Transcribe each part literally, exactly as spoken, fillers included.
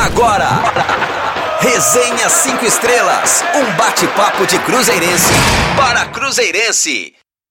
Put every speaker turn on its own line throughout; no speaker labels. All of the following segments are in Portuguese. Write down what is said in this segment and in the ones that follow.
Agora, Resenha cinco Estrelas, um bate-papo de cruzeirense para cruzeirense.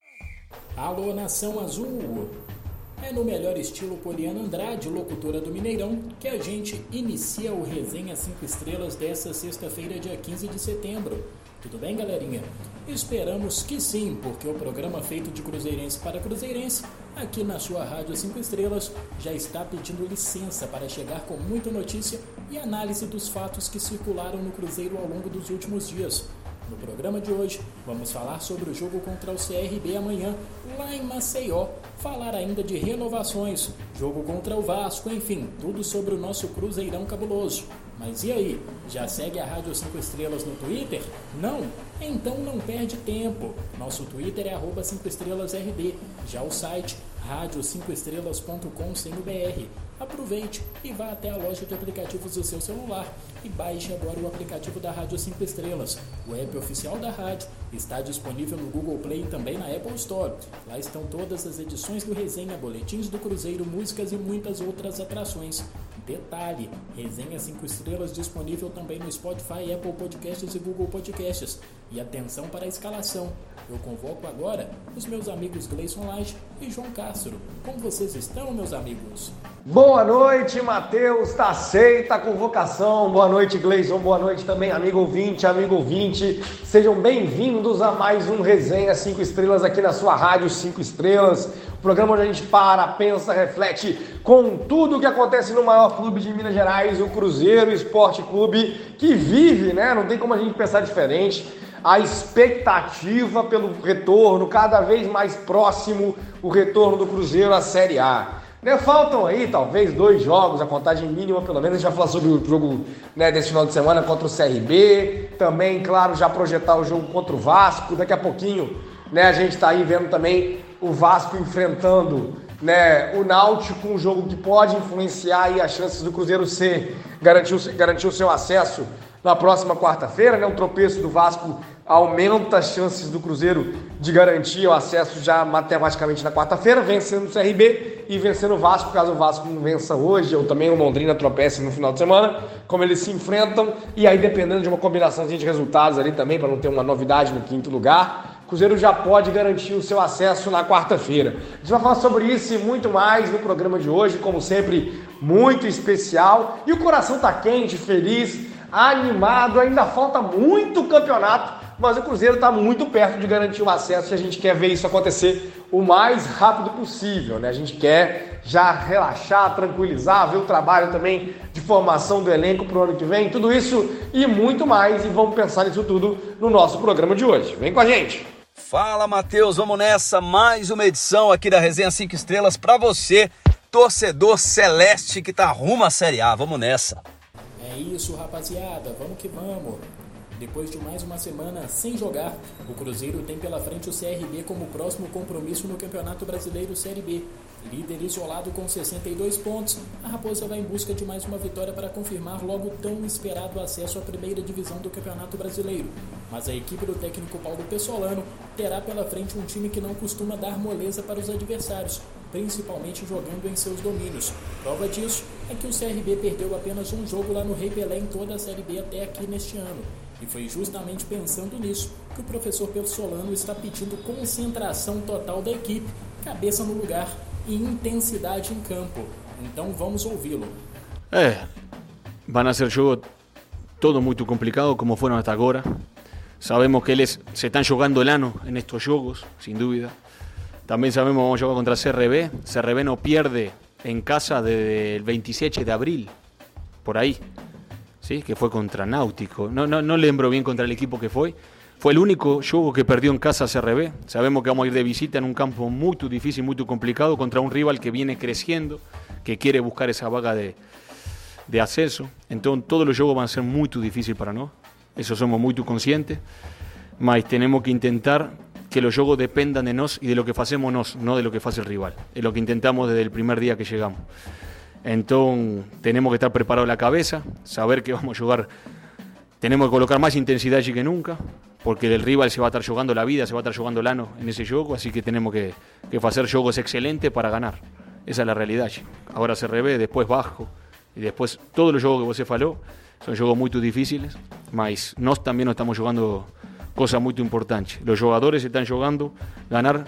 Alô, Nação Azul! É no melhor estilo Poliana Andrade, locutora do Mineirão, que a gente inicia o Resenha cinco Estrelas dessa sexta-feira, dia quinze de setembro. Tudo bem, galerinha? Esperamos que sim, porque o programa feito de cruzeirense para cruzeirense, aqui na sua Rádio cinco Estrelas, já está pedindo licença para chegar com muita notícia e análise dos fatos que circularam no Cruzeiro ao longo dos últimos dias. No programa de hoje, vamos falar sobre o jogo contra o C R B amanhã, lá em Maceió, falar ainda de renovações, jogo contra o Vasco, enfim, tudo sobre o nosso Cruzeirão cabuloso. Mas e aí, já segue a Rádio cinco Estrelas no Twitter? Não? Então não perde tempo. Nosso Twitter é arroba cinco estrelas R D, já o site rádio cinco estrelas ponto com ponto br. Aproveite e vá até a loja de aplicativos do seu celular e baixe agora o aplicativo da Rádio cinco Estrelas. O app oficial da rádio está disponível no Google Play e também na Apple Store. Lá estão todas as edições do Resenha, boletins do Cruzeiro, músicas e muitas outras atrações. Detalhe, Resenha cinco Estrelas disponível também no Spotify, Apple Podcasts e Google Podcasts. E atenção para a escalação. Eu convoco agora os meus amigos Gleison Lage e João Castro. Como vocês estão, meus amigos?
Boa noite, Matheus, tá aceita a convocação. Boa noite, Gleison, boa noite também, amigo ouvinte, amigo ouvinte. Sejam bem-vindos a mais um Resenha cinco Estrelas aqui na sua Rádio cinco Estrelas. O programa onde a gente para, pensa, reflete com tudo o que acontece no maior clube de Minas Gerais, o Cruzeiro Esporte Clube, que vive, né? Não tem como a gente pensar diferente. A expectativa pelo retorno, cada vez mais próximo, o retorno do Cruzeiro à Série A. Né, faltam aí, talvez, dois jogos, a contagem mínima, pelo menos. A gente vai falar sobre o jogo, né, desse final de semana contra o C R B. Também, claro, já projetar o jogo contra o Vasco. Daqui a pouquinho, né, a gente está aí vendo também o Vasco enfrentando, né, o Náutico, um jogo que pode influenciar aí as chances do Cruzeiro ser, garantir, garantir o seu acesso na próxima quarta-feira. Né, um tropeço do Vasco aumenta as chances do Cruzeiro de garantir o acesso já matematicamente na quarta-feira, vencendo o C R B e vencendo o Vasco, caso o Vasco não vença hoje, ou também o Londrina tropece no final de semana, como eles se enfrentam, e aí dependendo de uma combinação de resultados ali também, para não ter uma novidade no quinto lugar, o Cruzeiro já pode garantir o seu acesso na quarta-feira. A gente vai falar sobre isso e muito mais no programa de hoje, como sempre, muito especial, e o coração tá quente, feliz, animado, ainda falta muito campeonato, mas o Cruzeiro está muito perto de garantir o acesso e a gente quer ver isso acontecer o mais rápido possível, né? A gente quer já relaxar, tranquilizar, ver o trabalho também de formação do elenco para o ano que vem, tudo isso e muito mais, e vamos pensar nisso tudo no nosso programa de hoje. Vem com a gente!
Fala, Matheus, vamos nessa, mais uma edição aqui da Resenha cinco Estrelas para você, torcedor celeste que tá rumo à Série A, vamos nessa!
É isso, rapaziada, vamos que vamos! Depois de mais uma semana sem jogar, o Cruzeiro tem pela frente o C R B como próximo compromisso no Campeonato Brasileiro Série B. Líder isolado com sessenta e dois pontos, a Raposa vai em busca de mais uma vitória para confirmar logo tão esperado acesso à primeira divisão do Campeonato Brasileiro. Mas a equipe do técnico Paulo Pessolano terá pela frente um time que não costuma dar moleza para os adversários, principalmente jogando em seus domínios. Prova disso é que o C R B perdeu apenas um jogo lá no Rei Pelé em toda a Série B até aqui neste ano. E foi justamente pensando nisso que o professor Pessolano está pedindo concentração total da equipe, cabeça no lugar e intensidade em campo. Então vamos ouvi-lo.
É, van a ser jogos todo muito complicado como foram hasta agora. Sabemos que eles se estão jogando el ano en estos jogos, sin dúvida. También sabemos que vamos a jugar contra C R B. C R B no pierde en casa desde el veintisiete de abril, por ahí. ¿Sí? Que fue contra Náutico. No, no, no lembro bien contra el equipo que fue. Fue el único juego que perdió en casa C R B. Sabemos que vamos a ir de visita en un campo muy difícil, muy complicado, contra un rival que viene creciendo, que quiere buscar esa vaga de, de acceso. Entonces todos los juegos van a ser muy difíciles para nosotros. Eso somos muy conscientes. Mas tenemos que intentar que los juegos dependan de nosotros y de lo que hacemos nosotros, no de lo que hace el rival. Es lo que intentamos desde el primer día que llegamos. Entonces tenemos que estar preparados la cabeza, saber que vamos a jugar, tenemos que colocar más intensidad allí que nunca, porque el rival se va a estar jugando la vida, se va a estar jugando el ano en ese juego, así que tenemos que, que hacer juegos excelentes para ganar. Esa es la realidad allí. Ahora C R B, después Vasco, E depois, todos os jogos que você falou são jogos muito difíceis, mas nós também não estamos jogando coisa muito importante. Os jogadores estão jogando ganhar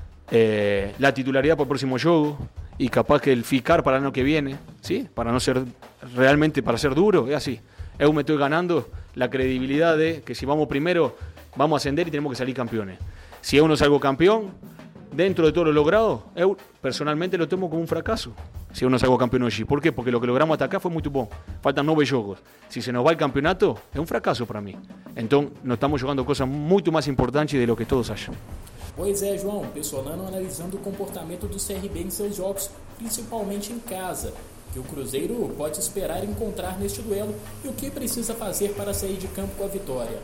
eh, a titularidade para o próximo jogo e capaz que el ficar para el año que viene, ¿sí? Para no ser realmente, para ser duro, es así. Eu me estoy ganando la credibilidad de que si vamos primero, vamos a ascender y tenemos que salir campeones. Si eu no salgo campeón, dentro de todo lo logrado, eu personalmente lo tomo como un fracaso. Si eu no salgo campeón hoy. ¿Por qué? Porque lo que logramos hasta acá fue muy bom. Faltan nueve jogos. Si se nos va el campeonato, es un fracaso para mí. Entonces, nos estamos jugando cosas mucho más importantes de lo que todos acham.
Pois é, João, Pessolano analisando o comportamento do C R B em seus jogos, principalmente em casa, que o Cruzeiro pode esperar encontrar neste duelo e o que precisa fazer para sair de campo com a vitória.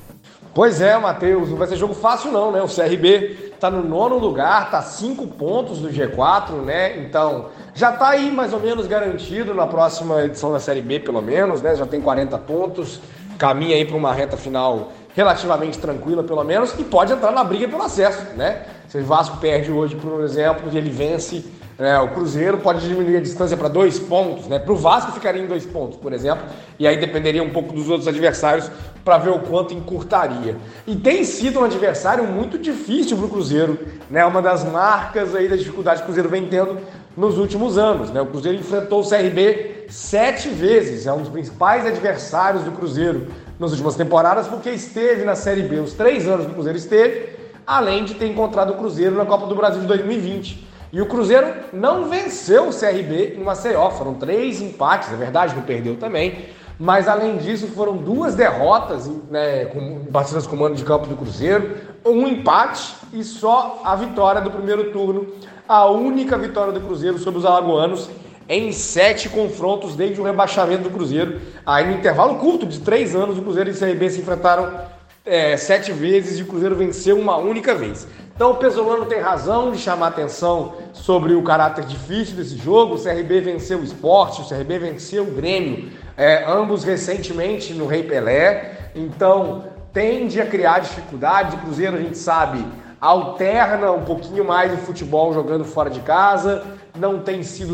Pois é, Matheus, não vai ser jogo fácil não, né? O C R B está no nono lugar, está cinco pontos do G quatro, né? Então, já está aí mais ou menos garantido na próxima edição da Série B, pelo menos, né? Já tem quarenta pontos, caminha aí para uma reta final relativamente tranquila, pelo menos, e pode entrar na briga pelo acesso, né? Se o Vasco perde hoje, por exemplo, e ele vence, né, o Cruzeiro pode diminuir a distância para dois pontos, né? Para o Vasco ficaria em dois pontos, por exemplo, e aí dependeria um pouco dos outros adversários para ver o quanto encurtaria. E tem sido um adversário muito difícil para o Cruzeiro, né? Uma das marcas aí da dificuldade que o Cruzeiro vem tendo nos últimos anos, né? O Cruzeiro enfrentou o C R B sete vezes, é um dos principais adversários do Cruzeiro nas últimas temporadas, porque esteve na Série B os três anos que o Cruzeiro esteve, além de ter encontrado o Cruzeiro na Copa do Brasil de dois mil e vinte. E o Cruzeiro não venceu o C R B em Maceió, foram três empates, é verdade, não perdeu também, mas além disso foram duas derrotas, né, com partidas com mando de campo do Cruzeiro, um empate e só a vitória do primeiro turno, a única vitória do Cruzeiro sobre os alagoanos em sete confrontos desde o rebaixamento do Cruzeiro. Aí no intervalo curto de três anos, o Cruzeiro e o C R B se enfrentaram é, sete vezes e o Cruzeiro venceu uma única vez. Então o Pessolano tem razão de chamar atenção sobre o caráter difícil desse jogo. O C R B venceu o Sport, o C R B venceu o Grêmio, é, ambos recentemente no Rei Pelé. Então tende a criar dificuldade. O Cruzeiro, a gente sabe, alterna um pouquinho mais o futebol jogando fora de casa. Não tem sido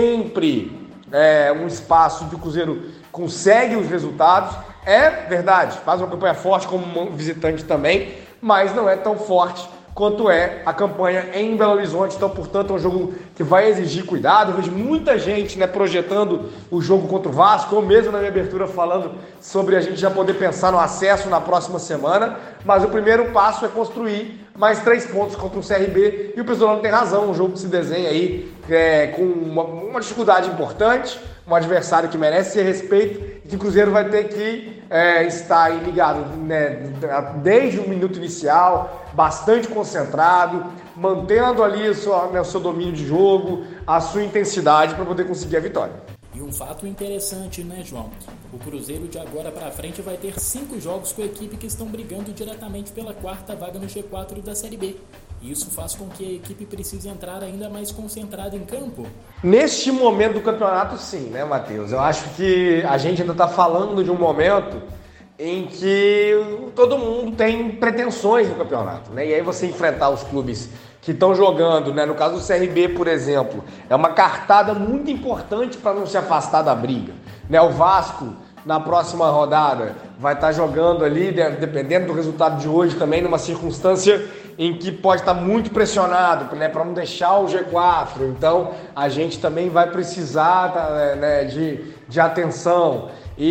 sempre é, um espaço que o Cruzeiro consegue os resultados. É verdade, faz uma campanha forte como visitante também, mas não é tão forte quanto é a campanha em Belo Horizonte. Então, portanto, é um jogo que vai exigir cuidado. Eu vejo muita gente, né, projetando o jogo contra o Vasco, ou mesmo na minha abertura falando sobre a gente já poder pensar no acesso na próxima semana, mas o primeiro passo é construir mais três pontos contra o C R B, e o Pessolano tem razão, um jogo que se desenha aí é, com uma, uma dificuldade importante, um adversário que merece ser respeito, e que o Cruzeiro vai ter que é, estar aí ligado, né, desde o minuto inicial, bastante concentrado, mantendo ali o seu, né, o seu domínio de jogo, a sua intensidade para poder conseguir a vitória.
E um fato interessante, né, João? O Cruzeiro de agora para frente vai ter cinco jogos com a equipe que estão brigando diretamente pela quarta vaga no G quatro da Série B. Isso faz com que a equipe precise entrar ainda mais concentrada em campo?
Neste momento do campeonato, sim, né, Matheus? Eu acho que a gente ainda está falando de um momento em que todo mundo tem pretensões no campeonato, né? E aí você enfrentar os clubes que estão jogando, né? No caso do C R B, por exemplo, é uma cartada muito importante para não se afastar da briga, né? O Vasco, na próxima rodada, vai estar jogando ali, dependendo do resultado de hoje também, numa circunstância em que pode estar muito pressionado, né, para não deixar o G quatro. Então, a gente também vai precisar, né, de, de atenção.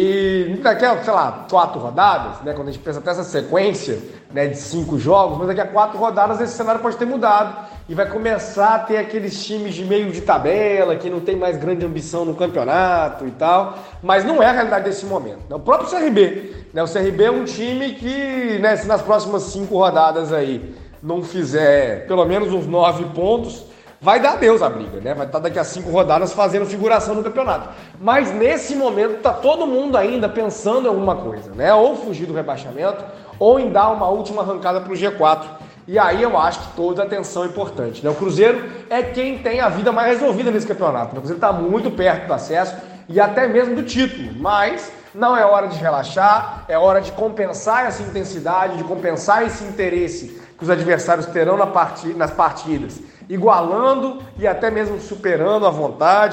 E daqui a, sei lá, quatro rodadas, né, quando a gente pensa até essa sequência, né, de cinco jogos, mas daqui a quatro rodadas esse cenário pode ter mudado e vai começar a ter aqueles times de meio de tabela, que não tem mais grande ambição no campeonato e tal, mas não é a realidade desse momento. O próprio C R B, né, o C R B é um time que, né, se nas próximas cinco rodadas aí não fizer pelo menos uns nove pontos, vai dar adeus à briga, né? Vai estar daqui a cinco rodadas fazendo figuração no campeonato. Mas nesse momento está todo mundo ainda pensando em alguma coisa, né? Ou fugir do rebaixamento, ou em dar uma última arrancada para o G quatro. E aí eu acho que toda a atenção é importante, né? O Cruzeiro é quem tem a vida mais resolvida nesse campeonato, né? O Cruzeiro está muito perto do acesso e até mesmo do título, mas não é hora de relaxar, é hora de compensar essa intensidade, de compensar esse interesse que os adversários terão na partida, nas partidas, igualando e até mesmo superando à vontade.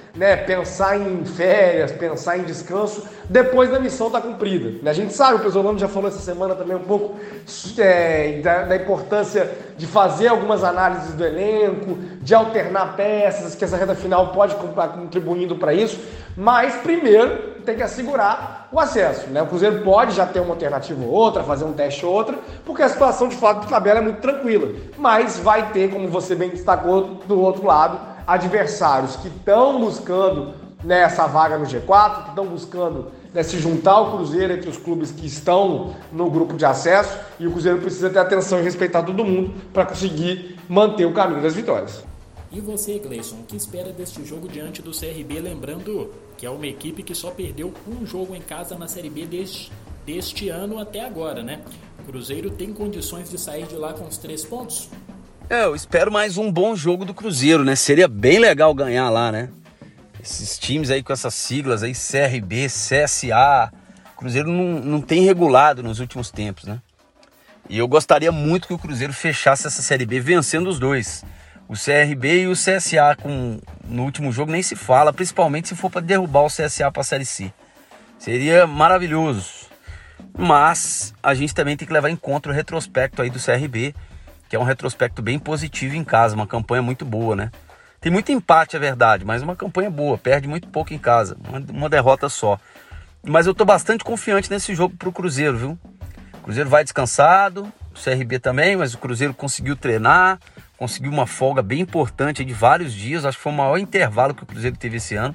né, pensar em férias, pensar em descanso, depois da missão estar cumprida. A gente sabe, o Pesolano já falou essa semana também um pouco é, da, da importância de fazer algumas análises do elenco, de alternar peças, que essa reta final pode contribuindo para isso, mas primeiro tem que assegurar o acesso, né? O Cruzeiro pode já ter uma alternativa ou outra, fazer um teste ou outra, porque a situação de fato de tabela é muito tranquila, mas vai ter, como você bem destacou, do outro lado, adversários que estão buscando, né, essa vaga no G quatro, que estão buscando, né, se juntar ao Cruzeiro entre os clubes que estão no grupo de acesso, e o Cruzeiro precisa ter atenção e respeitar todo mundo para conseguir manter o caminho das vitórias.
E você, Gleison, o que espera deste jogo diante do C R B? Lembrando que é uma equipe que só perdeu um jogo em casa na Série B deste, deste ano até agora, né? O Cruzeiro tem condições de sair de lá com os três pontos?
É, eu espero mais um bom jogo do Cruzeiro, né? Seria bem legal ganhar lá, né? Esses times aí com essas siglas aí, C R B, C S A, o Cruzeiro não, não tem regulado nos últimos tempos, né? E eu gostaria muito que o Cruzeiro fechasse essa Série B vencendo os dois. O C R B e o C S A com, no último jogo nem se fala, principalmente se for para derrubar o C S A para a Série C. Seria maravilhoso. Mas a gente também tem que levar em conta o retrospecto aí do C R B, que é um retrospecto bem positivo em casa, uma campanha muito boa, né? Tem muito empate, é verdade, mas uma campanha boa, perde muito pouco em casa, uma, uma derrota só. Mas eu tô bastante confiante nesse jogo pro Cruzeiro, viu? O Cruzeiro vai descansado, o C R B também, mas o Cruzeiro conseguiu treinar, conseguiu uma folga bem importante de vários dias, acho que foi o maior intervalo que o Cruzeiro teve esse ano.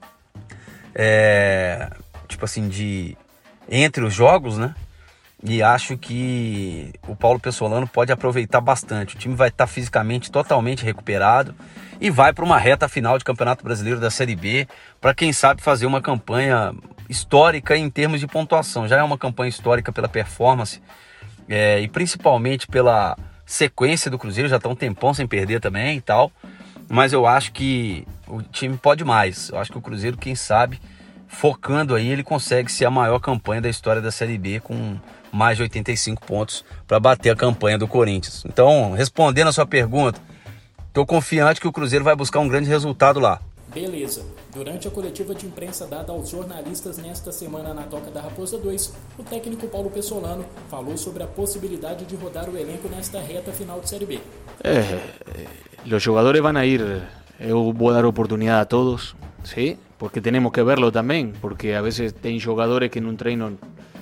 É, tipo assim, de entre os jogos, né? E acho que o Paulo Pesolano pode aproveitar bastante. O time vai estar fisicamente totalmente recuperado e vai para uma reta final de Campeonato Brasileiro da Série B, para quem sabe fazer uma campanha histórica em termos de pontuação. Já é uma campanha histórica pela performance é, e principalmente pela sequência do Cruzeiro, já está um tempão sem perder também e tal, mas eu acho que o time pode mais. Eu acho que o Cruzeiro, quem sabe, focando aí, ele consegue ser a maior campanha da história da Série B com mais de oitenta e cinco pontos para bater a campanha do Corinthians. Então, respondendo a sua pergunta, estou confiante que o Cruzeiro vai buscar um grande resultado lá.
Beleza. Durante a coletiva de imprensa dada aos jornalistas nesta semana na Toca da Raposa dois, o técnico Paulo Pesolano falou sobre a possibilidade de rodar o elenco nesta reta final de Série B.
Eh, los jugadores van a ir, eu vou dar oportunidade a todos, ¿sí? Porque tenemos que verlo también, porque a veces tem jogadores que num treino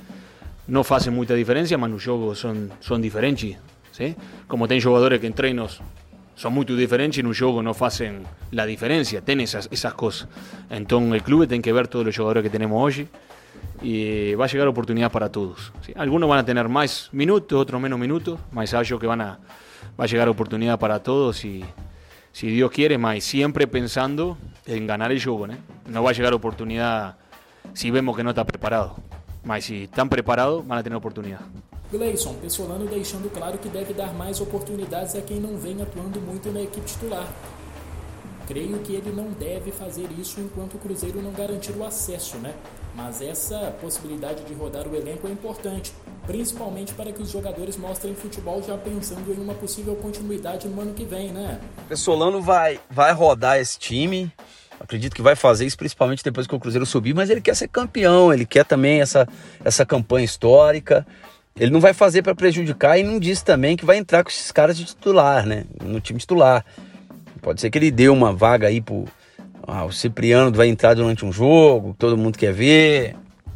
não fazem muita diferença, mas nos jogos são, são diferentes, ¿sí? Como tem jogadores que em treinos são muito diferentes e no jogo não fazem a diferença, tem essas, essas coisas. Então o clube tem que ver todos os jogadores que temos hoje e vai chegar oportunidade para todos, ¿sí? Algunos van a ter mais minutos, outros menos minutos, mas acho que van a, vai chegar oportunidade para todos e, se Deus quiere, mas sempre pensando em ganhar o jogo, né? Não vai chegar oportunidade se vemos que não está preparado, mas se estão preparados, vão ter oportunidade.
Gleison, Pesolano deixando claro que deve dar mais oportunidades a quem não vem atuando muito na equipe titular. Creio que ele não deve fazer isso enquanto o Cruzeiro não garantir o acesso, né? Mas essa possibilidade de rodar o elenco é importante, principalmente para que os jogadores mostrem futebol já pensando em uma possível continuidade no ano que vem, né?
Pesolano vai, vai rodar esse time, acredito que vai fazer isso principalmente depois que o Cruzeiro subir, mas ele quer ser campeão, ele quer também essa, essa campanha histórica. Ele não vai fazer para prejudicar e não disse também que vai entrar com esses caras de titular, né? No time titular. Pode ser que ele dê uma vaga aí pro... Ah, o Cipriano vai entrar durante um jogo, todo mundo quer ver.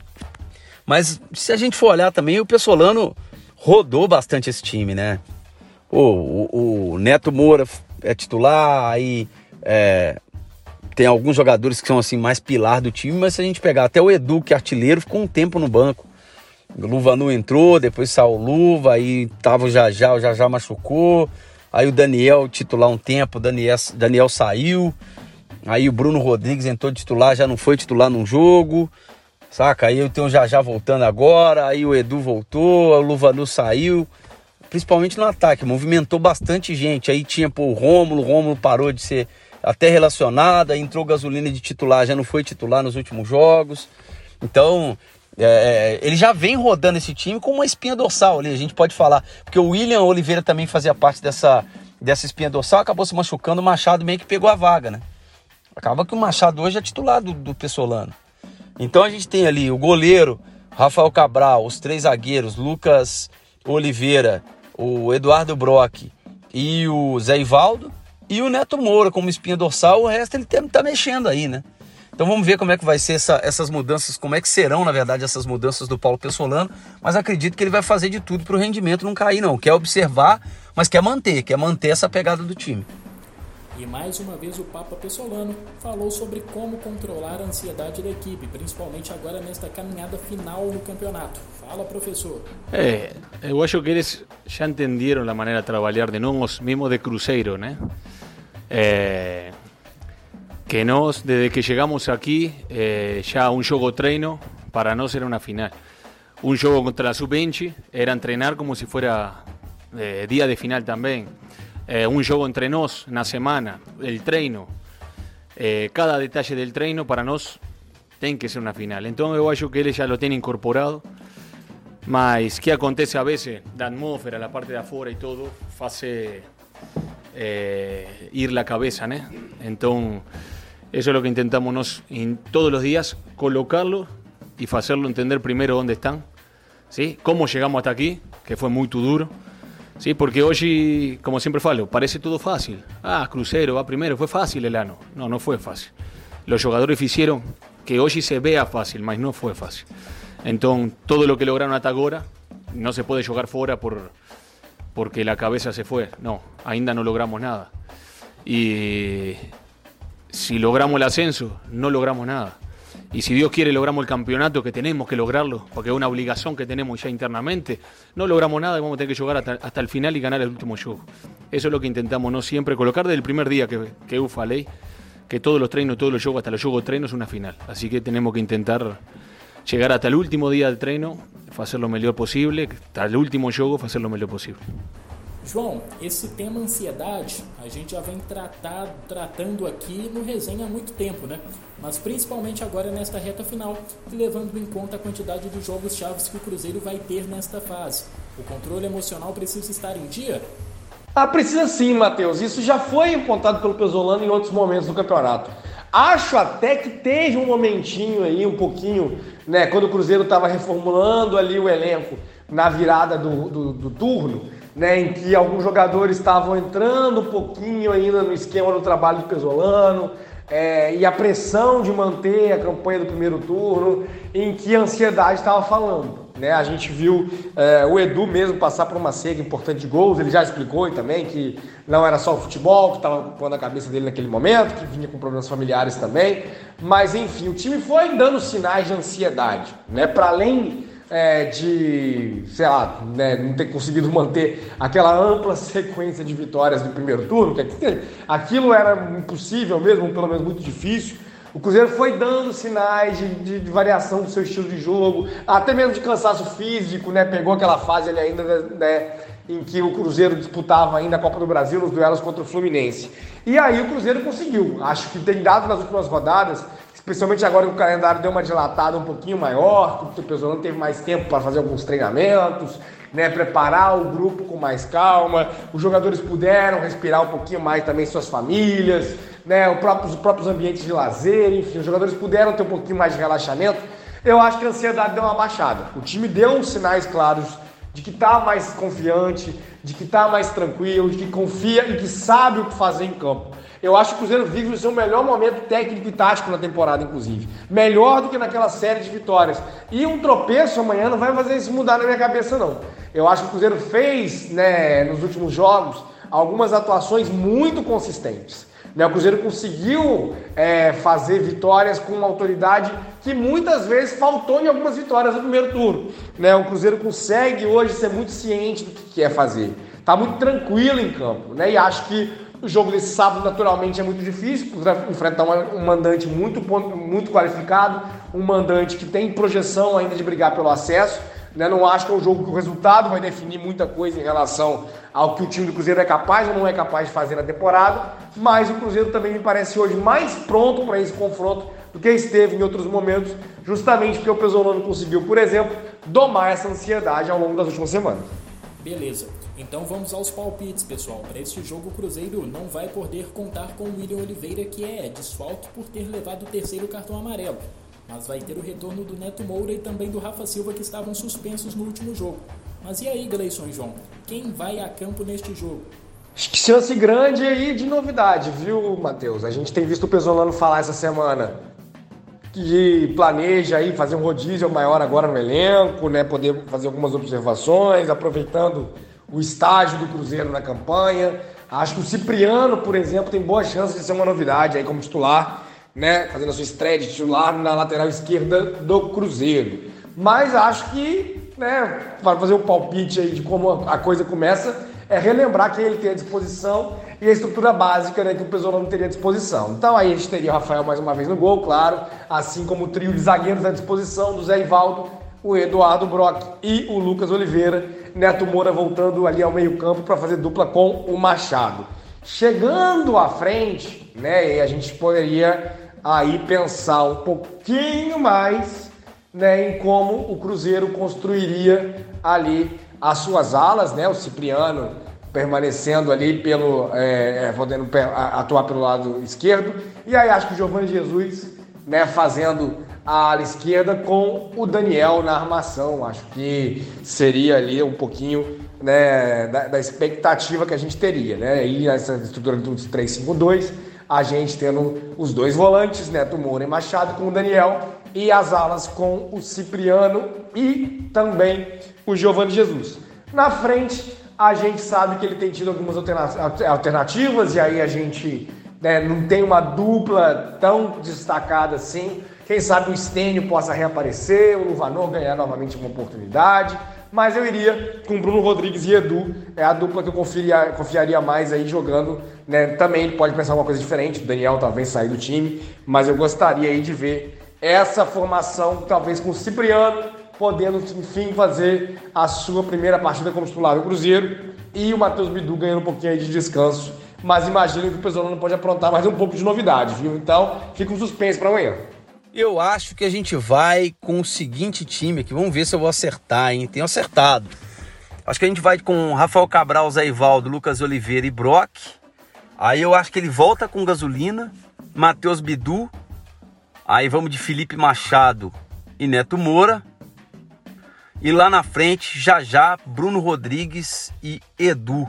Mas se a gente for olhar também, o Pesolano rodou bastante esse time, né? O, o, o Neto Moura é titular, aí é, tem alguns jogadores que são assim mais pilar do time, mas se a gente pegar até o Edu, que é artilheiro, ficou um tempo no banco. O Luvanu entrou, depois saiu o Luva, aí tava o Jajá, o Jajá machucou, aí o Daniel titular um tempo, o Daniel, Daniel saiu, aí o Bruno Rodrigues entrou de titular, já não foi titular num jogo, saca? Aí eu tenho o Jajá voltando agora, aí o Edu voltou, o Luvanu saiu, principalmente no ataque, movimentou bastante gente, aí tinha pô, o Rômulo, o Rômulo parou de ser até relacionado, aí entrou Gasolina de titular, já não foi titular nos últimos jogos, então... É, ele já vem rodando esse time com uma espinha dorsal ali, a gente pode falar, porque o William Oliveira também fazia parte dessa, dessa espinha dorsal, acabou se machucando, o Machado meio que pegou a vaga, né? Acaba que o Machado hoje é titular do, do Pessolano. Então a gente tem ali o goleiro, Rafael Cabral, os três zagueiros, Lucas Oliveira, o Eduardo Brock e o Zé Ivaldo, e o Neto Moura como espinha dorsal. O resto ele tá mexendo aí, né? Então vamos ver como é que vai ser essa, essas mudanças, como é que serão, na verdade, essas mudanças do Paulo Pessolano, mas acredito que ele vai fazer de tudo para o rendimento não cair, não. Quer observar, mas quer manter, quer manter essa pegada do time.
E mais uma vez o Papa Pessolano falou sobre como controlar a ansiedade da equipe, principalmente agora nesta caminhada final no campeonato. Fala, professor.
É, eu acho que eles já entenderam a maneira de trabalhar de nós, mesmo de Cruzeiro, né? É... que nós, desde que chegamos aqui, eh, já um jogo treino, para nós era uma final. Um jogo contra a sub vinte era treinar como se fosse eh, dia de final também. Eh, um jogo entre nós na semana, el treino. Eh, cada detalhe del treino para nós tem que ser uma final. Então eu acho que eles já lo têm incorporado. Mas que acontece a vezes, da atmósfera, a parte de afuera e tudo, faz eh, ir la cabeça, né? Então, eso es lo que intentamos nos, en todos los días, colocarlo y hacerlo entender primero dónde están, ¿sí? Cómo llegamos hasta aquí, que fue muy duro, ¿sí? Porque hoy, como siempre falo, parece todo fácil. Ah, Cruzeiro va primero, fue fácil el ano. No, no fue fácil. Los jugadores hicieron que hoy se vea fácil, mas no fue fácil. Entonces, todo lo que lograron hasta ahora, no se puede jugar fuera por, porque la cabeza se fue. No, ainda no logramos nada. Y si logramos el ascenso, no logramos nada. Y si Dios quiere, logramos el campeonato, que tenemos que lograrlo, porque es una obligación que tenemos ya internamente, no logramos nada y vamos a tener que jugar hasta, hasta el final y ganar el último juego. Eso es lo que intentamos no siempre colocar desde el primer día que, que eu falei, que todos los treinos, todos los juegos, hasta los juegos de treino es una final. Así que tenemos que intentar llegar hasta el último día del treino, hacer lo mejor posible, hasta el último juego, hacer lo mejor posible.
João, esse tema ansiedade a gente já vem tratar, tratando aqui no Resenha há muito tempo, né? Mas principalmente agora nesta reta final, levando em conta a quantidade de jogos chaves que o Cruzeiro vai ter nesta fase. O controle emocional precisa estar em dia?
Ah, precisa sim, Matheus. Isso já foi apontado pelo Pessolano em outros momentos do campeonato. Acho até que teve um momentinho aí, um pouquinho, né, quando o Cruzeiro estava reformulando ali o elenco na virada do, do, do turno, né, em que alguns jogadores estavam entrando um pouquinho ainda no esquema do trabalho do Pessolano, é, e a pressão de manter a campanha do primeiro turno, em que a ansiedade estava falando. Né? A gente viu é, o Edu mesmo passar por uma seca importante de gols, ele já explicou também que não era só o futebol que estava ocupando a cabeça dele naquele momento, que vinha com problemas familiares também, mas enfim, o time foi dando sinais de ansiedade, né? Para além É, de, sei lá, né, não ter conseguido manter aquela ampla sequência de vitórias do primeiro turno, que aquilo era impossível mesmo, pelo menos muito difícil. O Cruzeiro foi dando sinais de, de, de variação do seu estilo de jogo, até mesmo de cansaço físico, né? Pegou aquela fase ali ainda, né, em que o Cruzeiro disputava ainda a Copa do Brasil nos duelos contra o Fluminense. E aí o Cruzeiro conseguiu, acho que tem dado nas últimas rodadas, especialmente agora que o calendário deu uma dilatada um pouquinho maior, que o Pessolano teve mais tempo para fazer alguns treinamentos, né, preparar o grupo com mais calma, os jogadores puderam respirar um pouquinho mais também suas famílias, né, os próprios, os próprios ambientes de lazer, enfim, os jogadores puderam ter um pouquinho mais de relaxamento. Eu acho que a ansiedade deu uma baixada. O time deu uns sinais claros de que está mais confiante, de que está mais tranquilo, de que confia e que sabe o que fazer em campo. Eu acho que o Cruzeiro vive o seu melhor momento técnico e tático na temporada, inclusive. Melhor do que naquela série de vitórias. E um tropeço amanhã não vai fazer isso mudar na minha cabeça, não. Eu acho que o Cruzeiro fez, né, nos últimos jogos, algumas atuações muito consistentes. Né, o Cruzeiro conseguiu é, fazer vitórias com uma autoridade que muitas vezes faltou em algumas vitórias no primeiro turno. Né, o Cruzeiro consegue hoje ser muito ciente do que quer fazer. Está muito tranquilo em campo. Né, e acho que o jogo desse sábado, naturalmente, é muito difícil, para enfrentar um mandante muito, muito qualificado, um mandante que tem projeção ainda de brigar pelo acesso. Né? Não acho que é um jogo que o resultado vai definir muita coisa em relação ao que o time do Cruzeiro é capaz ou não é capaz de fazer na temporada, mas o Cruzeiro também me parece hoje mais pronto para esse confronto do que esteve em outros momentos, justamente porque o Pessolano conseguiu, por exemplo, domar essa ansiedade ao longo das últimas semanas.
Beleza. Então vamos aos palpites, pessoal. Para este jogo, o Cruzeiro não vai poder contar com o William Oliveira, que é desfalque por ter levado o terceiro cartão amarelo. Mas vai ter o retorno do Neto Moura e também do Rafa Silva, que estavam suspensos no último jogo. Mas e aí, Gleison e João? Quem vai a campo neste jogo?
Acho que chance grande aí de novidade, viu, Matheus? A gente tem visto o Pesolano falar essa semana que planeja aí fazer um rodízio maior agora no elenco, né? Poder fazer algumas observações, aproveitando o estágio do Cruzeiro na campanha. Acho que o Cipriano, por exemplo, tem boa chance de ser uma novidade aí como titular, né? Fazendo a sua estreia de titular na lateral esquerda do Cruzeiro. Mas acho que, né, para fazer um palpite aí de como a coisa começa, é relembrar quem ele tem à disposição e a estrutura básica, né, que o Pesolano teria à disposição. Então aí a gente teria o Rafael mais uma vez no gol, claro, assim como o trio de zagueiros à disposição do Zé Ivaldo, o Eduardo Brock e o Lucas Oliveira. Neto Moura voltando ali ao meio campo para fazer dupla com o Machado. Chegando à frente, né, e a gente poderia aí pensar um pouquinho mais, né, em como o Cruzeiro construiria ali as suas alas, né, o Cipriano permanecendo ali pelo, é, podendo atuar pelo lado esquerdo, e aí acho que o Giovanni Jesus, né, fazendo a ala esquerda com o Daniel na armação. Acho que seria ali um pouquinho, né, da, da expectativa que a gente teria, né, e essa estrutura do três cinco dois, a gente tendo os dois volantes, Neto Moura e Machado, com o Daniel, e as alas com o Cipriano e também o Giovanni Jesus. Na frente, a gente sabe que ele tem tido algumas alternativas, e aí a gente, né, não tem uma dupla tão destacada assim. Quem sabe o Stênio possa reaparecer, o Luvanor ganhar novamente uma oportunidade, mas eu iria com Bruno Rodrigues e Edu, é a dupla que eu confiaria, confiaria mais aí jogando, né? Também ele pode pensar uma coisa diferente, o Daniel talvez sair do time, mas eu gostaria aí de ver essa formação, talvez com o Cipriano, podendo, enfim, fazer a sua primeira partida como titular do Cruzeiro, e o Matheus Bidu ganhando um pouquinho aí de descanso, mas imagino que o Pesolano pode aprontar mais um pouco de novidade, viu? Então, fica um suspense para amanhã.
Eu acho que a gente vai com o seguinte time aqui, vamos ver se eu vou acertar, hein? Tenho acertado. Acho que a gente vai com Rafael Cabral, Zé Ivaldo, Lucas Oliveira e Brock. Aí eu acho que ele volta com Gasolina, Matheus Bidu. Aí vamos de Felipe Machado e Neto Moura. E lá na frente, já já, Bruno Rodrigues e Edu.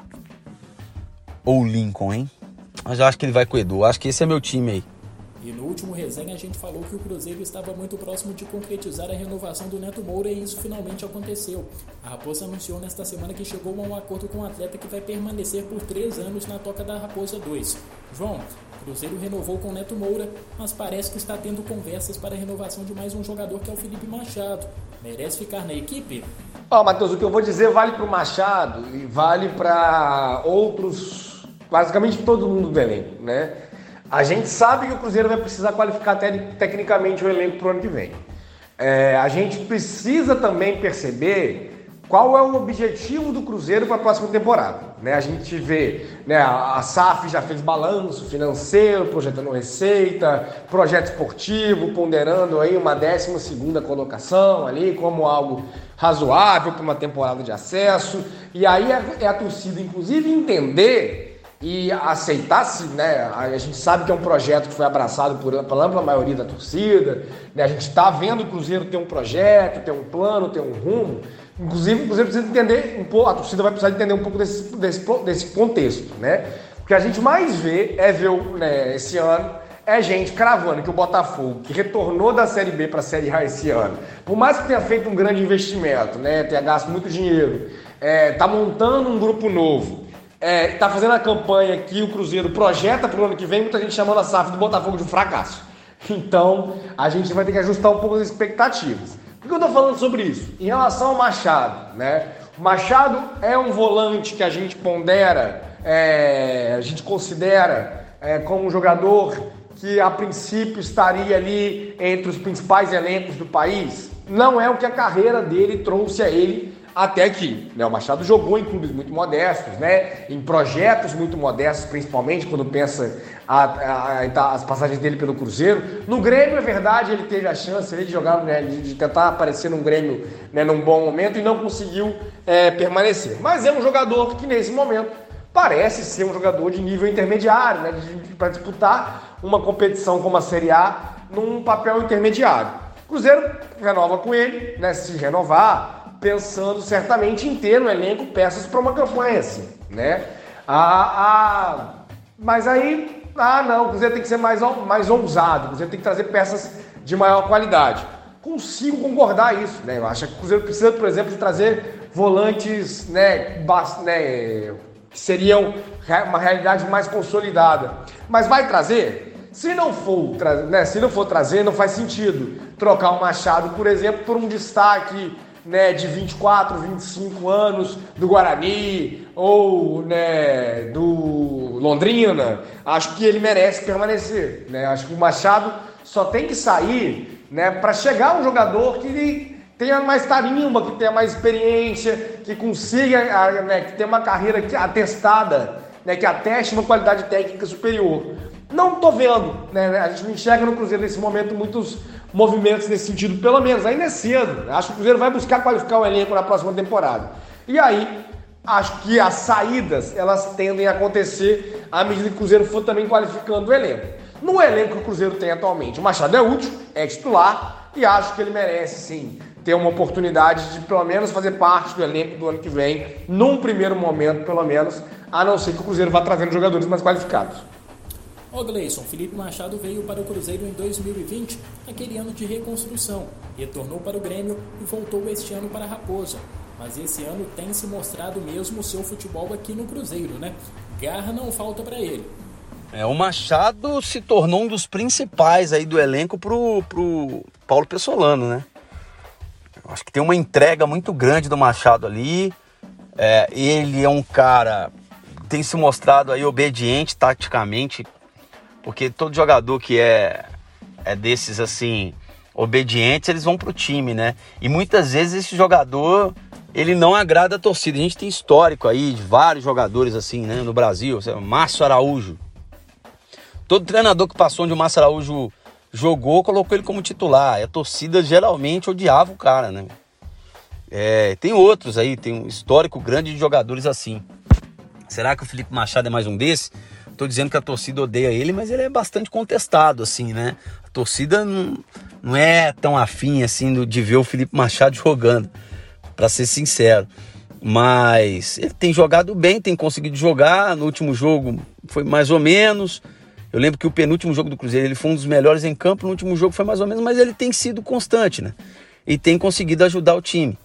Ou Lincoln, hein? Mas eu acho que ele vai com o Edu. Acho que esse é meu time aí.
E no último resenha a gente falou que o Cruzeiro estava muito próximo de concretizar a renovação do Neto Moura, e isso finalmente aconteceu. A Raposa anunciou nesta semana que chegou a um acordo com o atleta que vai permanecer por três anos na Toca da Raposa dois. João, o Cruzeiro renovou com o Neto Moura, mas parece que está tendo conversas para a renovação de mais um jogador, que é o Felipe Machado. Merece ficar na equipe?
Ó, oh, Matheus, o que eu vou dizer vale para o Machado e vale para outros, basicamente todo mundo do elenco, né? A gente sabe que o Cruzeiro vai precisar qualificar até tecnicamente o elenco para o ano que vem. É, a gente precisa também perceber qual é o objetivo do Cruzeiro para a próxima temporada, né? A gente vê, né, a S A F já fez balanço financeiro, projetando receita, projeto esportivo, ponderando aí uma décima segunda colocação ali como algo razoável para uma temporada de acesso. E aí é, é a torcida, inclusive, entender e aceitar-se, né? A gente sabe que é um projeto que foi abraçado por, pela ampla maioria da torcida, né? A gente está vendo o Cruzeiro ter um projeto, ter um plano, ter um rumo. Inclusive, o Cruzeiro precisa entender um pouco, a torcida vai precisar entender um pouco desse, desse, desse contexto, né? O que a gente mais vê é ver, né, esse ano, é gente cravando que o Botafogo, que retornou da Série B para a Série A esse ano, por mais que tenha feito um grande investimento, né, tenha gasto muito dinheiro, é, tá montando um grupo novo, É, tá fazendo a campanha que o Cruzeiro projeta para o ano que vem, muita gente chamando a S A F do Botafogo de um fracasso. Então, a gente vai ter que ajustar um pouco as expectativas. Por que eu tô falando sobre isso? Em relação ao Machado, né? O Machado é um volante que a gente pondera, é, a gente considera é, como um jogador que a princípio estaria ali entre os principais elencos do país. Não é o que a carreira dele trouxe a ele até que, né, o Machado jogou em clubes muito modestos, né, em projetos muito modestos, principalmente quando pensa a, a, a, as passagens dele pelo Cruzeiro. No Grêmio, é verdade, ele teve a chance ali de jogar, né, de, de tentar aparecer num Grêmio, né, num bom momento e não conseguiu é, permanecer. Mas é um jogador que nesse momento parece ser um jogador de nível intermediário, né, para disputar uma competição como a Série A num papel intermediário. O Cruzeiro renova com ele, né, se renovar, pensando certamente em ter no elenco peças para uma campanha assim, né? Ah, ah, mas aí, ah não, o Cruzeiro tem que ser mais, mais ousado, o Cruzeiro tem que trazer peças de maior qualidade. Consigo concordar isso, né? Eu acho que o Cruzeiro precisa, por exemplo, de trazer volantes, né, bas, né, que seriam uma realidade mais consolidada. Mas vai trazer? Se não for, né, se não for trazer, não faz sentido trocar o Machado, por exemplo, por um destaque, né, de vinte e quatro, vinte e cinco anos do Guarani ou, né, do Londrina. Acho que ele merece permanecer, né? Acho que o Machado só tem que sair, né, para chegar um jogador que tenha mais tarimba, que tenha mais experiência, que consiga, né, que tenha uma carreira atestada, né, que ateste uma qualidade técnica superior. Não tô vendo, né? A gente não enxerga no Cruzeiro nesse momento muitos movimentos nesse sentido, pelo menos ainda é cedo. Acho que o Cruzeiro vai buscar qualificar o elenco na próxima temporada. E aí, acho que as saídas, elas tendem a acontecer à medida que o Cruzeiro for também qualificando o elenco. No elenco que o Cruzeiro tem atualmente, o Machado é útil, é titular, e acho que ele merece, sim, ter uma oportunidade de pelo menos fazer parte do elenco do ano que vem, num primeiro momento, pelo menos, a não ser que o Cruzeiro vá trazendo jogadores mais qualificados.
Ô Gleison, Felipe Machado veio para o Cruzeiro em dois mil e vinte, aquele ano de reconstrução, retornou para o Grêmio e voltou este ano para a Raposa. Mas esse ano tem se mostrado mesmo o seu futebol aqui no Cruzeiro, né? Garra não falta para ele.
É, o Machado se tornou um dos principais aí do elenco pro, pro Paulo Pessolano, né? Eu acho que tem uma entrega muito grande do Machado ali. É, ele é um cara que tem se mostrado aí obediente taticamente, porque todo jogador que é, é desses, assim, obedientes, eles vão pro time, né? E muitas vezes esse jogador, ele não agrada a torcida. A gente tem histórico aí de vários jogadores, assim, né, no Brasil. Márcio Araújo. Todo treinador que passou onde o Márcio Araújo jogou, colocou ele como titular. E a torcida geralmente odiava o cara, né? É, tem outros aí, tem um histórico grande de jogadores assim. Será que o Felipe Machado é mais um desses? Tô dizendo que a torcida odeia ele, mas ele é bastante contestado, assim, né? A torcida não, não é tão afim, assim, do, de ver o Felipe Machado jogando, pra ser sincero. Mas ele tem jogado bem, tem conseguido jogar. No último jogo foi mais ou menos. Eu lembro que o penúltimo jogo do Cruzeiro, ele foi um dos melhores em campo. No último jogo foi mais ou menos, mas ele tem sido constante, né? E tem conseguido ajudar o time.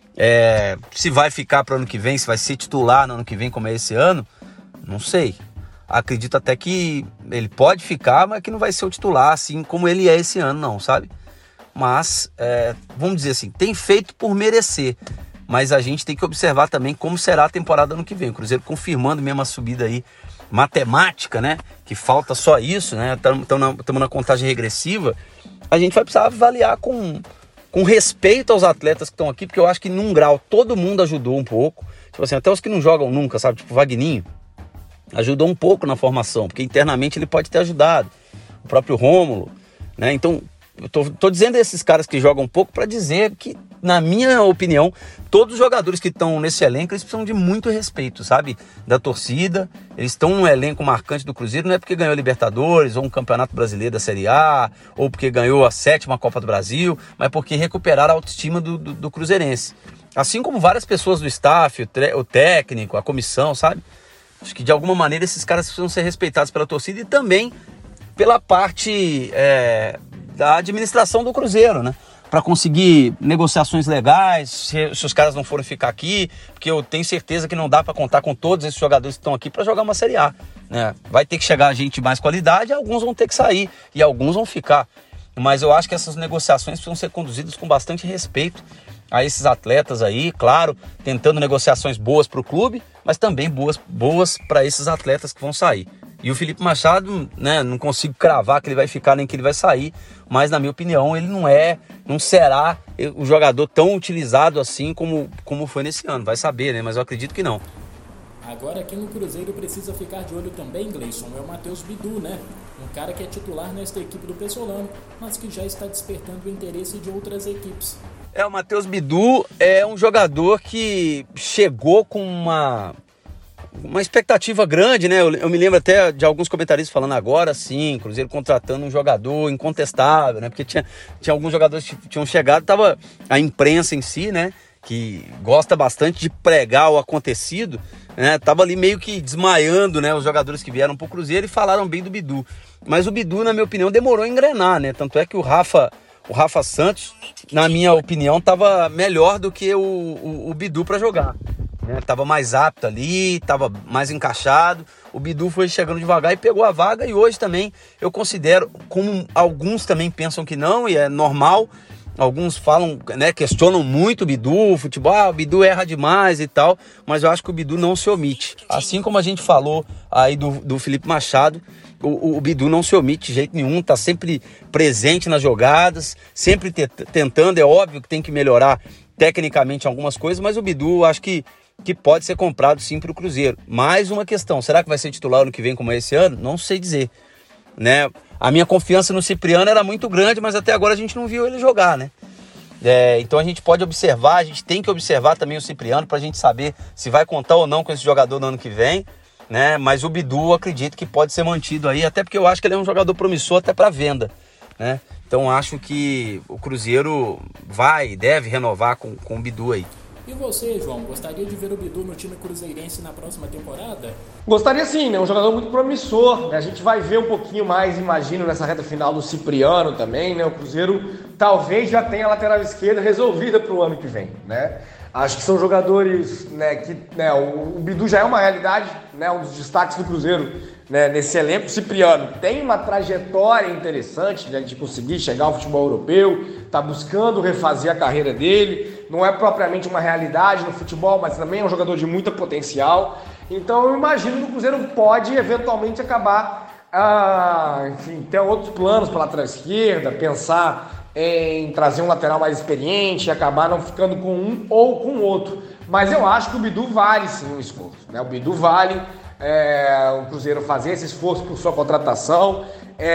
É, se vai ficar para o ano que vem, se vai ser titular no ano que vem, como é esse ano, não sei. Acredito até que ele pode ficar, mas que não vai ser o titular assim como ele é esse ano, não, sabe? Mas, é, vamos dizer assim, tem feito por merecer. Mas a gente tem que observar também como será a temporada ano que vem. O Cruzeiro confirmando mesmo a subida aí, matemática, né? Que falta só isso, né? Estamos na, na contagem regressiva. A gente vai precisar avaliar com, com respeito aos atletas que estão aqui, porque eu acho que num grau todo mundo ajudou um pouco. Tipo assim, até os que não jogam nunca, sabe? Tipo o Vagninho. Ajudou um pouco na formação, porque internamente ele pode ter ajudado. O próprio Rômulo, né? Então, eu tô, tô dizendo esses caras que jogam um pouco para dizer que, na minha opinião, todos os jogadores que estão nesse elenco, eles precisam de muito respeito, sabe? Da torcida. Eles estão num elenco marcante do Cruzeiro, não é porque ganhou a Libertadores, ou um Campeonato Brasileiro da Série A, ou porque ganhou a sétima Copa do Brasil, mas porque recuperaram a autoestima do, do, do cruzeirense. Assim como várias pessoas do staff, o, tre- o técnico, a comissão, sabe? Acho que de alguma maneira esses caras precisam ser respeitados pela torcida e também pela parte é, da administração do Cruzeiro, né? Para conseguir negociações legais, se, se os caras não forem ficar aqui, porque eu tenho certeza que não dá para contar com todos esses jogadores que estão aqui para jogar uma Série A, né? Vai ter que chegar gente de mais qualidade, alguns vão ter que sair e alguns vão ficar. Mas eu acho que essas negociações precisam ser conduzidas com bastante respeito a esses atletas aí, claro, tentando negociações boas para o clube, mas também boas, boas para esses atletas que vão sair. E o Felipe Machado, né, não consigo cravar que ele vai ficar nem que ele vai sair, mas na minha opinião ele não é, não será o jogador tão utilizado assim como, como foi nesse ano. Vai saber, né, mas eu acredito que não.
Agora aqui no Cruzeiro precisa ficar de olho também, Gleison, é o Matheus Bidu, né? Um cara que é titular nesta equipe do Pessolano, mas que já está despertando o interesse de outras equipes.
É, o Matheus Bidu é um jogador que chegou com uma, uma expectativa grande, né? Eu, eu me lembro até de alguns comentaristas falando agora sim, Cruzeiro contratando um jogador incontestável, né? Porque tinha, tinha alguns jogadores que tinham chegado, tava a imprensa em si, né? Que gosta bastante de pregar o acontecido, né? Tava ali meio que desmaiando, né? Os jogadores que vieram pro Cruzeiro e falaram bem do Bidu. Mas o Bidu, na minha opinião, demorou a engrenar, né? Tanto é que o Rafa, o Rafa Santos, na minha opinião, tava melhor do que o, o, o Bidu para jogar, né? Tava mais apto ali, tava mais encaixado. O Bidu foi chegando devagar e pegou a vaga. E hoje também eu considero, como alguns também pensam que não, e é normal. Alguns falam, né, questionam muito o Bidu, o futebol, ah, o Bidu erra demais e tal, mas eu acho que o Bidu não se omite. Assim como a gente falou aí do, do Felipe Machado, o, o Bidu não se omite de jeito nenhum, tá sempre presente nas jogadas, sempre te, tentando, é óbvio que tem que melhorar tecnicamente algumas coisas, mas o Bidu acho que, que pode ser comprado sim para o Cruzeiro. Mais uma questão, será que vai ser titular ano que vem como é esse ano? Não sei dizer, né? A minha confiança no Cipriano era muito grande, mas até agora a gente não viu ele jogar, né? É, então a gente pode observar, a gente tem que observar também o Cipriano para a gente saber se vai contar ou não com esse jogador no ano que vem, né? Mas o Bidu eu acredito que pode ser mantido aí, até porque eu acho que ele é um jogador promissor até para venda, né? Então acho que o Cruzeiro vai, deve renovar com, com o Bidu aí.
E você, João, gostaria de ver o Bidu no time cruzeirense na próxima temporada?
Gostaria sim, né? Um jogador muito promissor, né? A gente vai ver um pouquinho mais, imagino, nessa reta final do Cipriano também, né? O Cruzeiro talvez já tenha a lateral esquerda resolvida para o ano que vem, né? Acho que são jogadores, né, que, né, o, o Bidu já é uma realidade, né, um dos destaques do Cruzeiro, né, nesse elenco. O Cipriano tem uma trajetória interessante, né, de conseguir chegar ao futebol europeu, está buscando refazer a carreira dele, não é propriamente uma realidade no futebol, mas também é um jogador de muito potencial. Então eu imagino que o Cruzeiro pode eventualmente acabar, ah, enfim, ter outros planos para a lateral esquerda, pensar em trazer um lateral mais experiente e acabar não ficando com um ou com outro. Mas eu acho que o Bidu vale sim um esforço, né? O Bidu vale é, o Cruzeiro fazer esse esforço por sua contratação.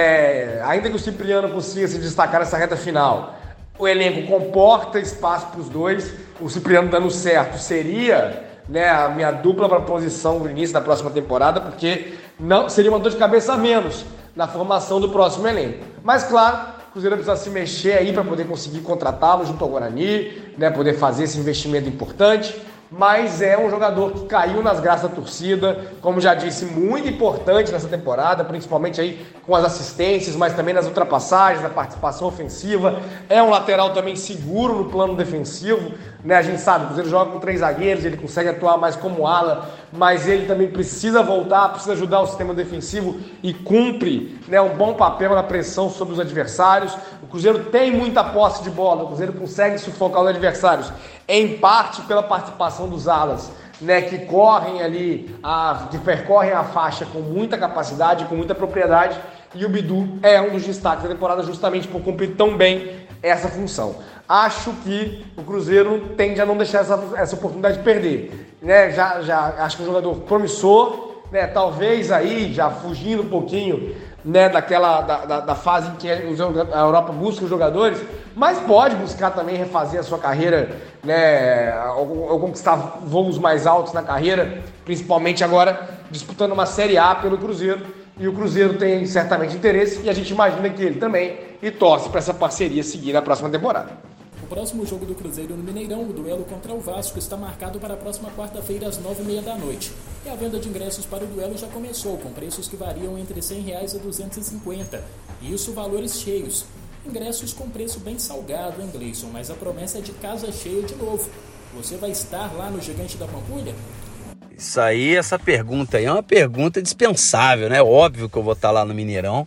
É, ainda que o Cipriano consiga se destacar nessa reta final, o elenco comporta espaço para os dois. O Cipriano dando certo seria, né, a minha dupla para a posição no início da próxima temporada, porque não seria uma dor de cabeça a menos na formação do próximo elenco. Mas claro, o Cruzeiro precisa se mexer aí para poder conseguir contratá-lo junto ao Guarani, né, poder fazer esse investimento importante, mas é um jogador que caiu nas graças da torcida, como já disse, muito importante nessa temporada, principalmente aí com as assistências, mas também nas ultrapassagens, na participação ofensiva. É um lateral também seguro no plano defensivo, né? A gente sabe, o Cruzeiro joga com três zagueiros, ele consegue atuar mais como ala, mas ele também precisa voltar, precisa ajudar o sistema defensivo e cumpre, né, um bom papel na pressão sobre os adversários. O Cruzeiro tem muita posse de bola, o Cruzeiro consegue sufocar os adversários, em parte pela participação dos alas, né, que correm ali, a, que percorrem a faixa com muita capacidade, com muita propriedade, e o Bidu é um dos destaques da temporada justamente por cumprir tão bem essa função. Acho que o Cruzeiro tende a não deixar essa, essa oportunidade de perder, né? Já, já acho que é um jogador promissor, né? Talvez aí já fugindo um pouquinho, né, daquela da, da, da fase em que a Europa busca os jogadores, mas pode buscar também refazer a sua carreira, né, ou, ou conquistar voos mais altos na carreira, principalmente agora disputando uma Série A pelo Cruzeiro, e o Cruzeiro tem certamente interesse, e a gente imagina que ele também, e torce para essa parceria seguir na próxima temporada.
O próximo jogo do Cruzeiro no Mineirão, o duelo contra o Vasco, está marcado para a próxima quarta-feira às nove e meia da noite. E a venda de ingressos para o duelo já começou, com preços que variam entre cem reais a duzentos e cinquenta. Isso valores cheios. Ingressos com preço bem salgado, hein, Gleison? Mas a promessa é de casa cheia de novo. Você vai estar lá no Gigante da Pampulha?
Isso aí, essa pergunta aí é uma pergunta dispensável, né? Óbvio que eu vou estar lá no Mineirão.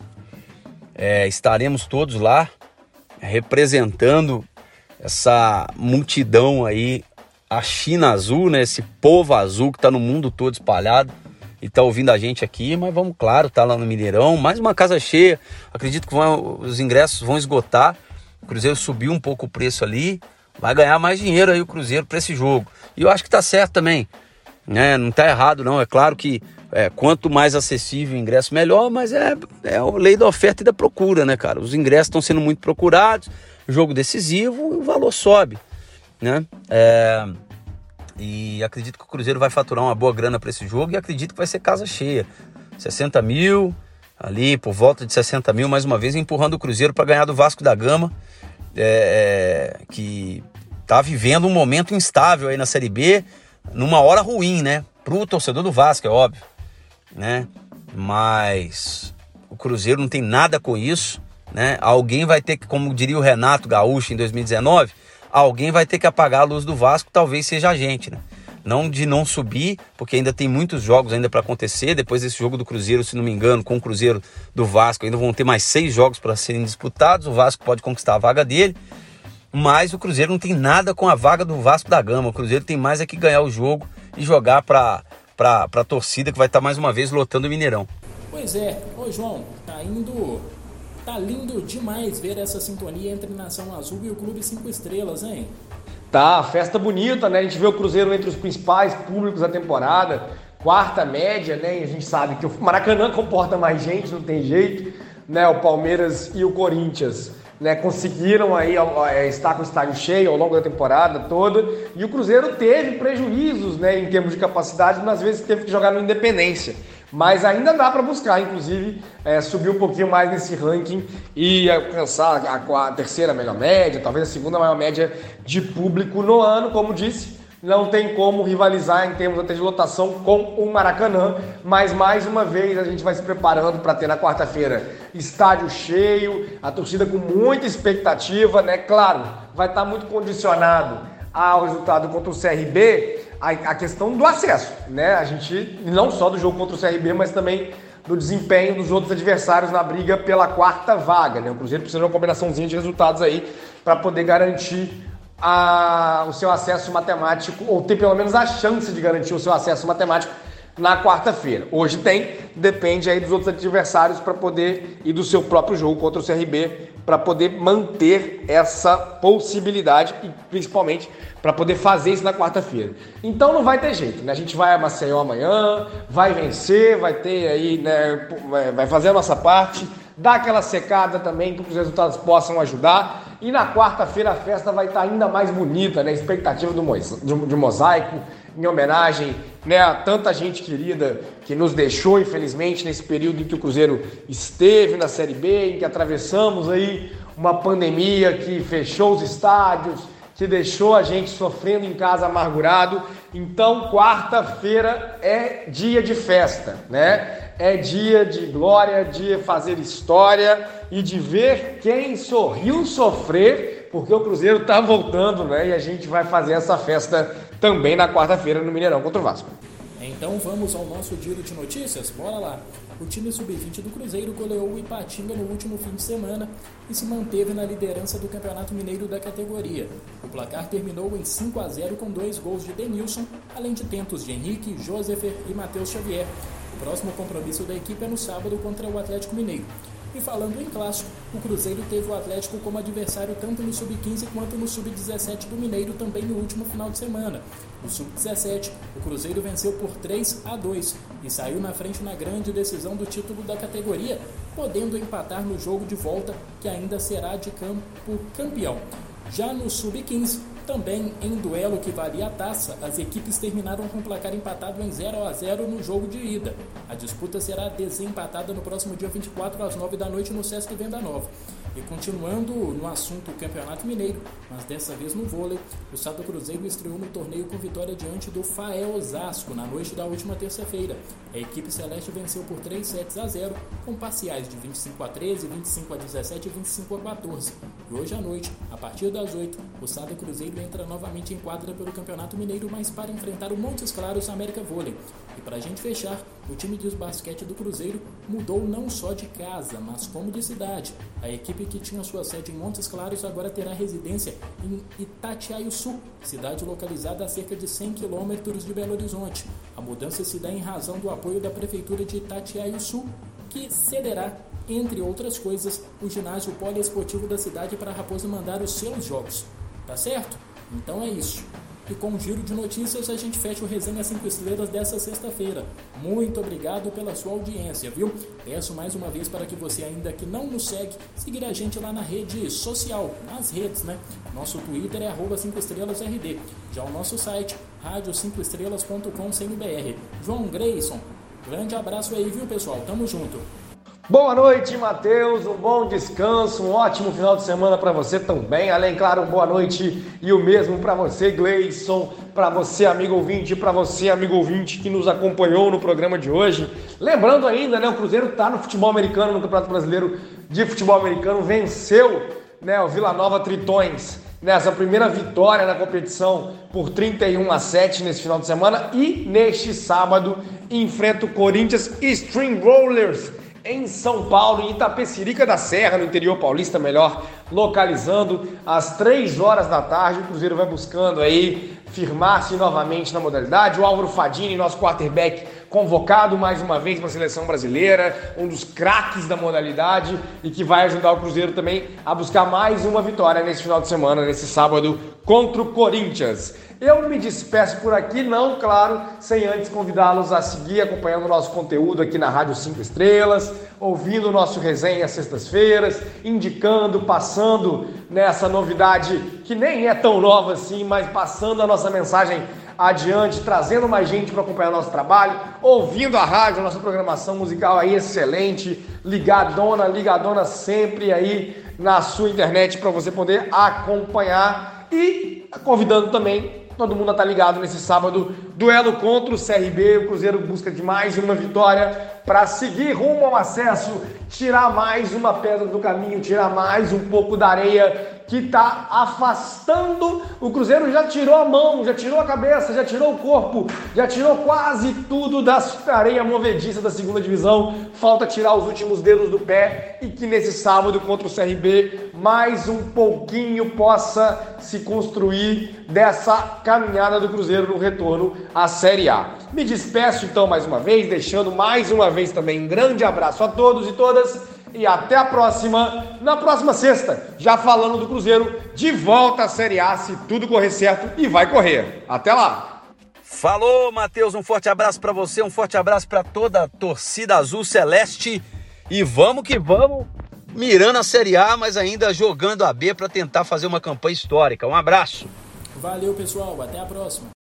É, estaremos todos lá, representando essa multidão aí, a China azul, né? Esse povo azul que está no mundo todo espalhado. e tá ouvindo a gente aqui, mas vamos, claro, tá lá no Mineirão, mais uma casa cheia, acredito que vão, os ingressos vão esgotar, o Cruzeiro subiu um pouco o preço ali, vai ganhar mais dinheiro aí o Cruzeiro para esse jogo, e eu acho que tá certo também, né? Não tá errado não, é claro que é, quanto mais acessível o ingresso melhor, mas é, é a lei da oferta e da procura, né, cara, os ingressos estão sendo muito procurados, jogo decisivo, o valor sobe, né, é... E acredito que o Cruzeiro vai faturar uma boa grana para esse jogo e acredito que vai ser casa cheia. sessenta mil, ali por volta de sessenta mil, mais uma vez empurrando o Cruzeiro para ganhar do Vasco da Gama, é, é, que está vivendo um momento instável aí na Série B, numa hora ruim, né? Para o torcedor do Vasco, é óbvio, né? Mas o Cruzeiro não tem nada com isso, né? Alguém vai ter que, como diria o Renato Gaúcho em dois mil e dezenove, alguém vai ter que apagar a luz do Vasco, talvez seja a gente, né? Não de não subir, porque ainda tem muitos jogos ainda para acontecer. Depois desse jogo do Cruzeiro, se não me engano, com o Cruzeiro do Vasco, ainda vão ter mais seis jogos para serem disputados. O Vasco pode conquistar a vaga dele, mas o Cruzeiro não tem nada com a vaga do Vasco da Gama. O Cruzeiro tem mais é que ganhar o jogo e jogar para para a torcida que vai estar mais uma vez lotando o Mineirão.
Pois é, ô João, tá indo... Tá lindo demais ver essa sintonia entre Nação Azul e o Clube cinco Estrelas, hein?
Tá, festa bonita, né? A gente vê o Cruzeiro entre os principais públicos da temporada, quarta média, né? E a gente sabe que o Maracanã comporta mais gente, não tem jeito, né? O Palmeiras e o Corinthians, né, conseguiram aí é, estar com o estádio cheio ao longo da temporada toda, e o Cruzeiro teve prejuízos, né, em termos de capacidade, mas às vezes teve que jogar no Independência. Mas ainda dá para buscar, inclusive, é, subir um pouquinho mais nesse ranking e alcançar a, a terceira melhor média, talvez a segunda maior média de público no ano. Como disse, não tem como rivalizar em termos até de lotação com o Maracanã, mas mais uma vez a gente vai se preparando para ter na quarta-feira estádio cheio, a torcida com muita expectativa, né? Claro, vai estar muito condicionado ao resultado contra o C R B, a questão do acesso, né? A gente, não só do jogo contra o C R B, mas também do desempenho dos outros adversários na briga pela quarta vaga, né? O Cruzeiro precisa de uma combinaçãozinha de resultados aí para poder garantir a, o seu acesso matemático, ou ter pelo menos a chance de garantir o seu acesso matemático na quarta-feira. Hoje tem, depende aí dos outros adversários para poder, e do seu próprio jogo contra o C R B, para poder manter essa possibilidade e principalmente para poder fazer isso na quarta-feira. Então não vai ter jeito, né? A gente vai a Maceió amanhã, vai vencer, vai ter aí, né, vai fazer a nossa parte, dar aquela secada também para que os resultados possam ajudar. E na quarta-feira a festa vai estar ainda mais bonita, né? Expectativa do mo- de mosaico, em homenagem, né, a tanta gente querida que nos deixou, infelizmente, nesse período em que o Cruzeiro esteve na Série B, em que atravessamos aí uma pandemia que fechou os estádios, que deixou a gente sofrendo em casa amargurado. Então, quarta-feira é dia de festa, né? É dia de glória, de fazer história e de ver quem sorriu sofrer, porque o Cruzeiro tá voltando, né? E a gente vai fazer essa festa também na quarta-feira no Mineirão contra o Vasco.
Então vamos ao nosso giro de notícias? Bora lá! O time sub vinte do Cruzeiro goleou o Ipatinga no último fim de semana e se manteve na liderança do Campeonato Mineiro da categoria. O placar terminou em cinco a zero com dois gols de Denilson, além de tentos de Henrique, Josefer e Matheus Xavier. O próximo compromisso da equipe é no sábado contra o Atlético Mineiro. E falando em clássico, o Cruzeiro teve o Atlético como adversário tanto no sub quinze quanto no sub dezessete do Mineiro também no último final de semana. No sub dezessete, o Cruzeiro venceu por três a dois e saiu na frente na grande decisão do título da categoria, podendo empatar no jogo de volta, que ainda será de campo campeão. Já no sub quinze, também em duelo que valia a taça, as equipes terminaram com o placar empatado em zero a zero no jogo de ida. A disputa será desempatada no próximo dia vinte e quatro às nove da noite no Sesc Venda Nova. E continuando no assunto Campeonato Mineiro, mas dessa vez no vôlei, o Sado Cruzeiro estreou no torneio com vitória diante do Fael Osasco na noite da última terça-feira. A equipe celeste venceu por três sets a zero, com parciais de vinte e cinco a treze, vinte e cinco a dezessete e vinte e cinco a quatorze. E hoje à noite, a partir das oito, o Sado Cruzeiro entra novamente em quadra pelo Campeonato Mineiro, mas para enfrentar o Montes Claros América Vôlei. E para a gente fechar, o time de basquete do Cruzeiro mudou não só de casa, mas como de cidade. A equipe equipe que tinha sua sede em Montes Claros agora terá residência em Itatiaiuçu, cidade localizada a cerca de cem quilômetros de Belo Horizonte. A mudança se dá em razão do apoio da Prefeitura de Itatiaiuçu, que cederá, entre outras coisas, o ginásio poliesportivo da cidade para a Raposa mandar os seus jogos. Tá certo? Então é isso. E com um giro de notícias a gente fecha o Resenha cinco Estrelas dessa sexta-feira. Muito obrigado pela sua audiência, viu? Peço mais uma vez para que você ainda que não nos segue, seguir a gente lá na rede social, nas redes, né? Nosso Twitter é arroba cinco estrelas R D. Já o nosso site, rádio cinco estrelas ponto com ponto C N B R. João Grayson, grande abraço aí, viu, pessoal? Tamo junto.
Boa noite, Matheus, um bom descanso, um ótimo final de semana para você também. Além, claro, boa noite e o mesmo para você, Gleison, para você, amigo ouvinte, para você, amigo ouvinte que nos acompanhou no programa de hoje. Lembrando ainda, né, o Cruzeiro está no futebol americano, no Campeonato Brasileiro de Futebol Americano, venceu, né, o Vila Nova Tritões nessa primeira vitória na competição por trinta e um a sete nesse final de semana e neste sábado enfrenta o Corinthians Steamrollers em São Paulo, em Itapecerica da Serra, no interior paulista, melhor localizando, às três horas da tarde. O Cruzeiro vai buscando aí firmar-se novamente na modalidade. O Álvaro Fadini, nosso quarterback, convocado mais uma vez para a seleção brasileira, um dos craques da modalidade e que vai ajudar o Cruzeiro também a buscar mais uma vitória nesse final de semana, nesse sábado, contra o Corinthians. Eu me despeço por aqui, não, claro, sem antes convidá-los a seguir acompanhando o nosso conteúdo aqui na Rádio cinco Estrelas, ouvindo o nosso resenha às sextas-feiras, indicando, passando nessa novidade que nem é tão nova assim, mas passando a nossa mensagem adiante, trazendo mais gente para acompanhar o nosso trabalho, ouvindo a rádio, a nossa programação musical aí excelente, ligadona, ligadona sempre aí na sua internet para você poder acompanhar e convidando também todo mundo tá ligado nesse sábado, duelo contra o C R B, o Cruzeiro busca de mais uma vitória para seguir rumo ao acesso, tirar mais uma pedra do caminho, tirar mais um pouco da areia que tá afastando. O Cruzeiro já tirou a mão, já tirou a cabeça, já tirou o corpo, já tirou quase tudo da areia movediça da segunda divisão. Falta tirar os últimos dedos do pé e que nesse sábado contra o C R B mais um pouquinho possa se construir dessa caminhada do Cruzeiro no retorno à Série A. Me despeço então mais uma vez, deixando mais uma vez também um grande abraço a todos e todas e até a próxima, na próxima sexta, já falando do Cruzeiro de volta à Série A, se tudo correr certo, e vai correr. Até lá!
Falou, Matheus, um forte abraço para você, um forte abraço para toda a torcida azul celeste e vamos que vamos, mirando a Série A, mas ainda jogando a B para tentar fazer uma campanha histórica. Um abraço!
Valeu, pessoal, até a próxima!